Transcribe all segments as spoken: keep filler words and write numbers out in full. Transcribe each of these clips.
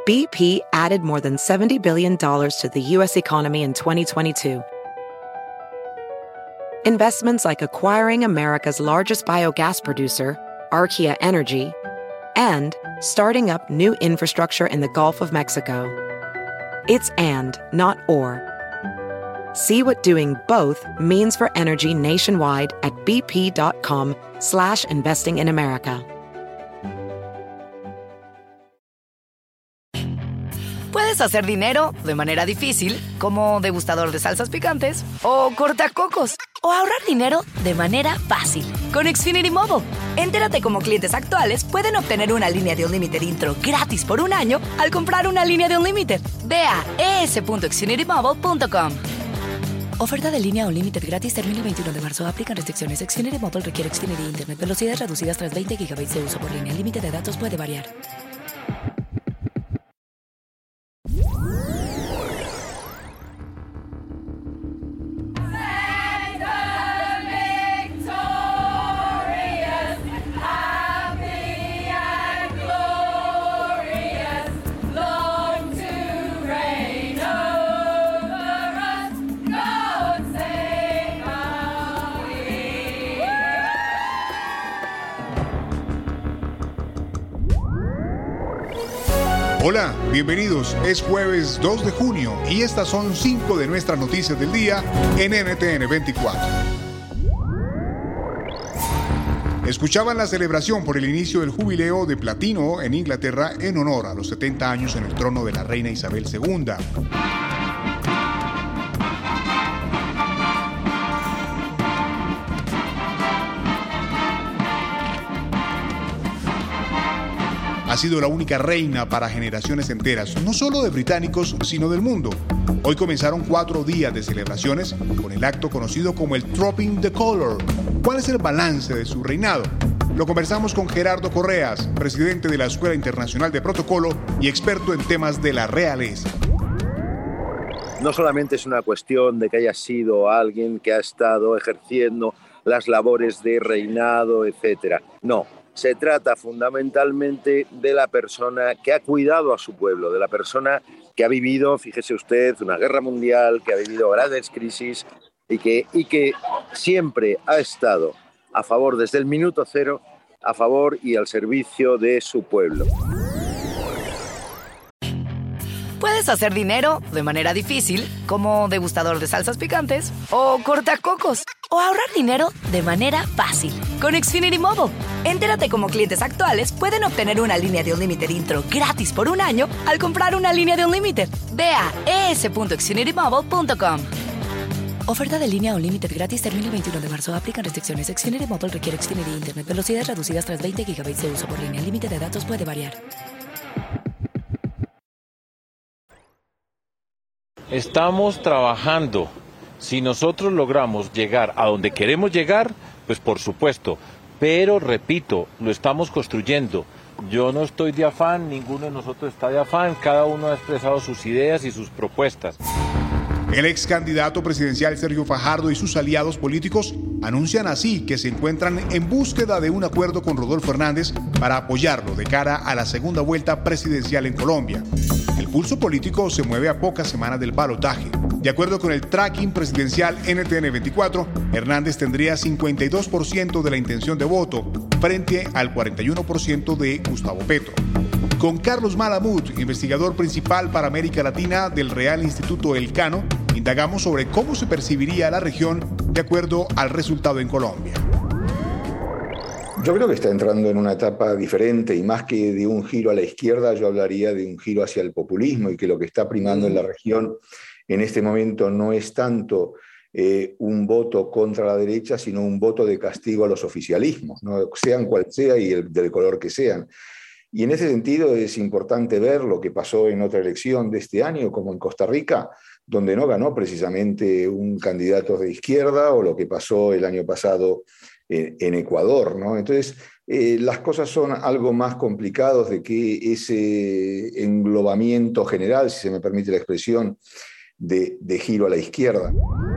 B P added more than seventy billion dollars to the U S economy in twenty twenty-two. Investments like acquiring America's largest biogas producer, Archaea Energy, and starting up new infrastructure in the Gulf of Mexico. It's and, not or. See what doing both means for energy nationwide at bp.com slash investing in America. Puedes hacer dinero de manera difícil, como degustador de salsas picantes, o cortacocos, o ahorrar dinero de manera fácil con Xfinity Mobile. Entérate cómo clientes actuales pueden obtener una línea de Unlimited intro gratis por un año al comprar una línea de Unlimited. Ve a e s punto xfinity mobile punto com. Oferta de línea Unlimited gratis termina el veintiuno de marzo. Aplican restricciones. Xfinity Mobile requiere Xfinity Internet. Velocidades reducidas tras veinte gigabytes de uso por línea. El límite de datos puede variar. Hola, bienvenidos. Es jueves dos de junio y estas son cinco de nuestras noticias del día en N T N veinticuatro. Escuchaban la celebración por el inicio del jubileo de platino en Inglaterra en honor a los setenta años en el trono de la reina Isabel segunda. Ha sido la única reina para generaciones enteras, no solo de británicos, sino del mundo. Hoy comenzaron cuatro días de celebraciones con el acto conocido como el Dropping the Color. ¿Cuál es el balance de su reinado? Lo conversamos con Gerardo Correas, presidente de la Escuela Internacional de Protocolo y experto en temas de la realeza. No solamente es una cuestión de que haya sido alguien que ha estado ejerciendo las labores de reinado, etcétera. No. Se trata fundamentalmente de la persona que ha cuidado a su pueblo, de la persona que ha vivido, fíjese usted, una guerra mundial, que ha vivido grandes crisis y que, y que siempre ha estado a favor, desde el minuto cero, a favor y al servicio de su pueblo. Puedes hacer dinero de manera difícil, como degustador de salsas picantes, o cortacocos, o ahorrar dinero de manera fácil con Xfinity Mobile. Entérate cómo clientes actuales pueden obtener una línea de Unlimited intro gratis por un año al comprar una línea de Unlimited. Ve a e s punto xfinity mobile punto com. Oferta de línea Unlimited gratis termina el veintiuno de marzo. Aplican restricciones. Xfinity Mobile requiere Xfinity Internet. Velocidades reducidas tras veinte gigabytes de uso por línea. El límite de datos puede variar. Estamos trabajando. Si nosotros logramos llegar a donde queremos llegar, pues por supuesto. Pero, repito, lo estamos construyendo. Yo no estoy de afán, ninguno de nosotros está de afán. Cada uno ha expresado sus ideas y sus propuestas. El ex candidato presidencial Sergio Fajardo y sus aliados políticos anuncian así que se encuentran en búsqueda de un acuerdo con Rodolfo Hernández para apoyarlo de cara a la segunda vuelta presidencial en Colombia. El pulso político se mueve a pocas semanas del balotaje. De acuerdo con el tracking presidencial N T N veinticuatro, Hernández tendría cincuenta y dos por ciento de la intención de voto frente al cuarenta y uno por ciento de Gustavo Petro. Con Carlos Malamud, investigador principal para América Latina del Real Instituto Elcano, indagamos sobre cómo se percibiría la región de acuerdo al resultado en Colombia. Yo creo que está entrando en una etapa diferente y más que de un giro a la izquierda, yo hablaría de un giro hacia el populismo y que lo que está primando en la región en este momento no es tanto eh, un voto contra la derecha, sino un voto de castigo a los oficialismos, ¿no? Sean cual sea y el, del color que sean. Y en ese sentido es importante ver lo que pasó en otra elección de este año, como en Costa Rica, donde no ganó precisamente un candidato de izquierda, o lo que pasó el año pasado en, en Ecuador, ¿no? Entonces, eh, las cosas son algo más complicadas de que ese englobamiento general, si se me permite la expresión, de, de giro a la izquierda.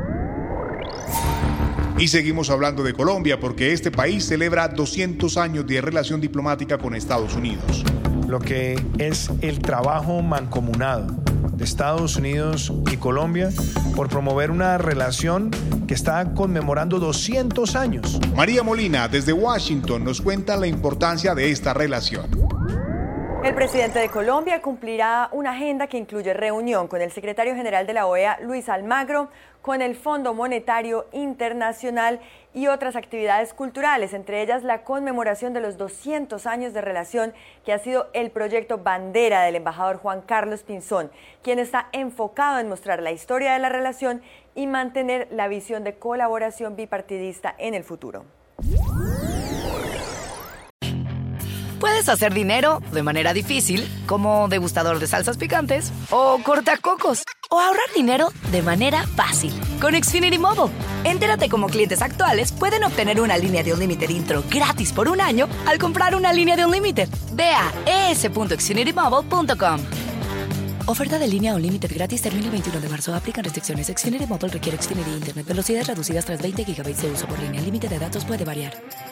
Y seguimos hablando de Colombia porque este país celebra doscientos años de relación diplomática con Estados Unidos. lo que es el trabajo mancomunado de Estados Unidos y Colombia por promover una relación que está conmemorando doscientos años. María Molina, desde Washington, nos cuenta la importancia de esta relación. El presidente de Colombia cumplirá una agenda que incluye reunión con el secretario general de la O E A, Luis Almagro, con el Fondo Monetario Internacional y otras actividades culturales, entre ellas la conmemoración de los doscientos años de relación, que ha sido el proyecto bandera del embajador Juan Carlos Pinzón, quien está enfocado en mostrar la historia de la relación y mantener la visión de colaboración bipartidista en el futuro. Puedes hacer dinero de manera difícil, como degustador de salsas picantes, o cortacocos, o ahorrar dinero de manera fácil con Xfinity Mobile. Entérate cómo clientes actuales pueden obtener una línea de Unlimited intro gratis por un año al comprar una línea de Unlimited. Ve a e s punto xfinity mobile punto com. Oferta de línea Unlimited gratis termina el veintiuno de marzo. Aplican restricciones. Xfinity Mobile requiere Xfinity Internet. Velocidades reducidas tras veinte gigabytes de uso por línea. El límite de datos puede variar.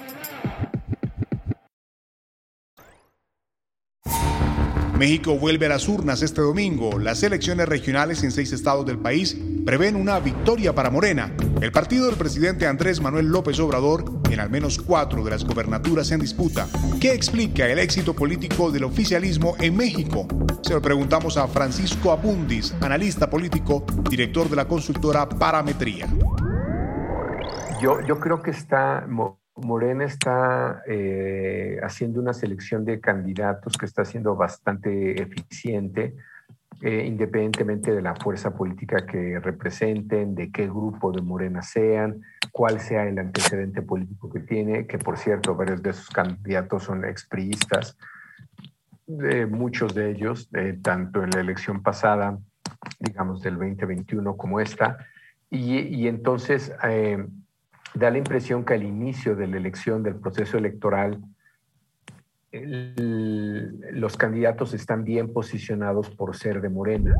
México vuelve a las urnas este domingo. Las elecciones regionales en seis estados del país prevén una victoria para Morena, el partido del presidente Andrés Manuel López Obrador, en al menos cuatro de las gobernaturas en disputa. ¿Qué explica el éxito político del oficialismo en México? Se lo preguntamos a Francisco Abundis, analista político, director de la consultora Parametría. Yo, yo creo que está... Morena está eh, haciendo una selección de candidatos que está siendo bastante eficiente, eh, independientemente de la fuerza política que representen, de qué grupo de Morena sean, cuál sea el antecedente político que tiene, que por cierto, varios de esos candidatos son expriistas, eh, muchos de ellos, eh, tanto en la elección pasada, digamos del veinte veintiuno como esta, y, y entonces... Eh, da la impresión que al inicio de la elección, del proceso electoral, el, los candidatos están bien posicionados por ser de Morena.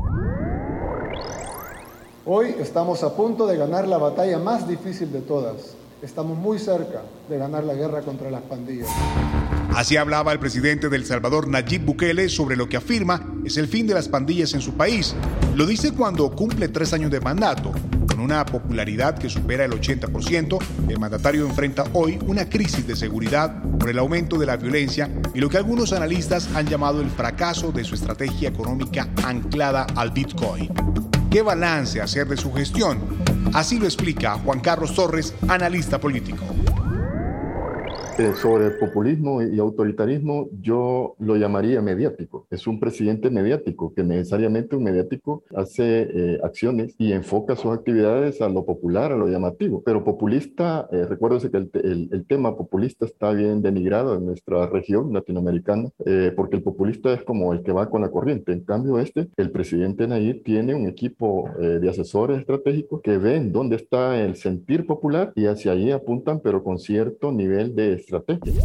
Hoy estamos a punto de ganar la batalla más difícil de todas. Estamos muy cerca de ganar la guerra contra las pandillas. Así hablaba el presidente de El Salvador, Nayib Bukele, sobre lo que afirma es el fin de las pandillas en su país. Lo dice cuando cumple tres años de mandato. Con una popularidad que supera el ochenta por ciento, el mandatario enfrenta hoy una crisis de seguridad por el aumento de la violencia y lo que algunos analistas han llamado el fracaso de su estrategia económica anclada al Bitcoin. ¿Qué balance hacer de su gestión? Así lo explica Juan Carlos Torres, analista político. Eh, sobre el populismo y autoritarismo, yo lo llamaría mediático. Es un presidente mediático, que necesariamente un mediático hace eh, acciones y enfoca sus actividades a lo popular, a lo llamativo. Pero populista, eh, recuérdese que el, el, el tema populista está bien denigrado en nuestra región latinoamericana, eh, porque el populista es como el que va con la corriente. En cambio, este, el presidente Nayib tiene un equipo eh, de asesores estratégicos que ven dónde está el sentir popular y hacia allí apuntan, pero con cierto nivel de estrategia.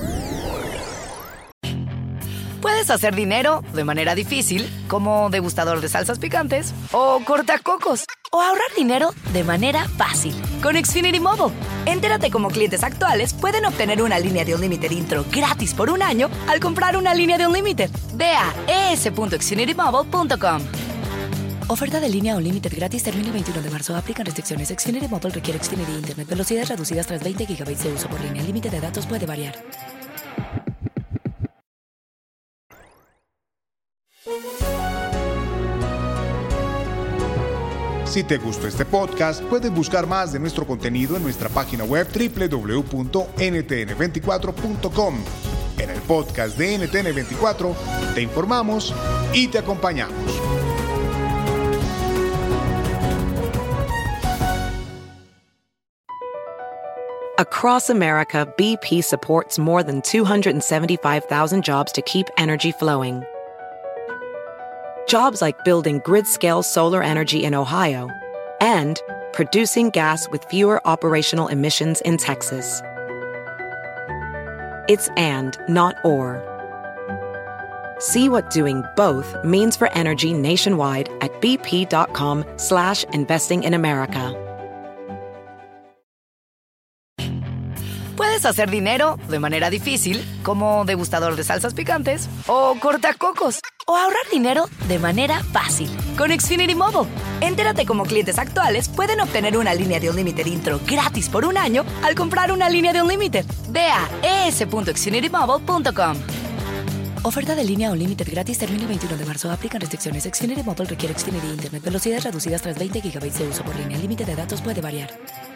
Puedes hacer dinero de manera difícil, como degustador de salsas picantes, o cortacocos, o ahorrar dinero de manera fácil con Xfinity Mobile. Entérate cómo clientes actuales pueden obtener una línea de Unlimited intro gratis por un año al comprar una línea de Unlimited. Ve a e s punto xfinity mobile punto com. Oferta de línea Unlimited gratis termina el veintiuno de marzo. Aplican restricciones. Xfinity Mobile requiere Xfinity Internet. Velocidades reducidas tras veinte gigabytes de uso por línea. El límite de datos puede variar. Si te gustó este podcast, puedes buscar más de nuestro contenido en nuestra página web doble u doble u doble u punto ene te ene veinticuatro punto com. En el podcast de N T N veinticuatro te informamos y te acompañamos. Across America, B P supports more than two hundred seventy-five thousand jobs to keep energy flowing. Jobs like building grid-scale solar energy in Ohio and producing gas with fewer operational emissions in Texas. It's and, not or. See what doing both means for energy nationwide at bp.com slash investing in America. Puedes hacer dinero de manera difícil, como degustador de salsas picantes, o cortacocos, o ahorrar dinero de manera fácil con Xfinity Mobile. Entérate cómo clientes actuales pueden obtener una línea de Unlimited intro gratis por un año al comprar una línea de Unlimited. Ve a e s punto xfinity mobile punto com. Oferta de línea Unlimited gratis termina el veintiuno de marzo. Aplican restricciones. Xfinity Mobile requiere Xfinity Internet. Velocidades reducidas tras veinte gigabytes de uso por línea. El límite de datos puede variar.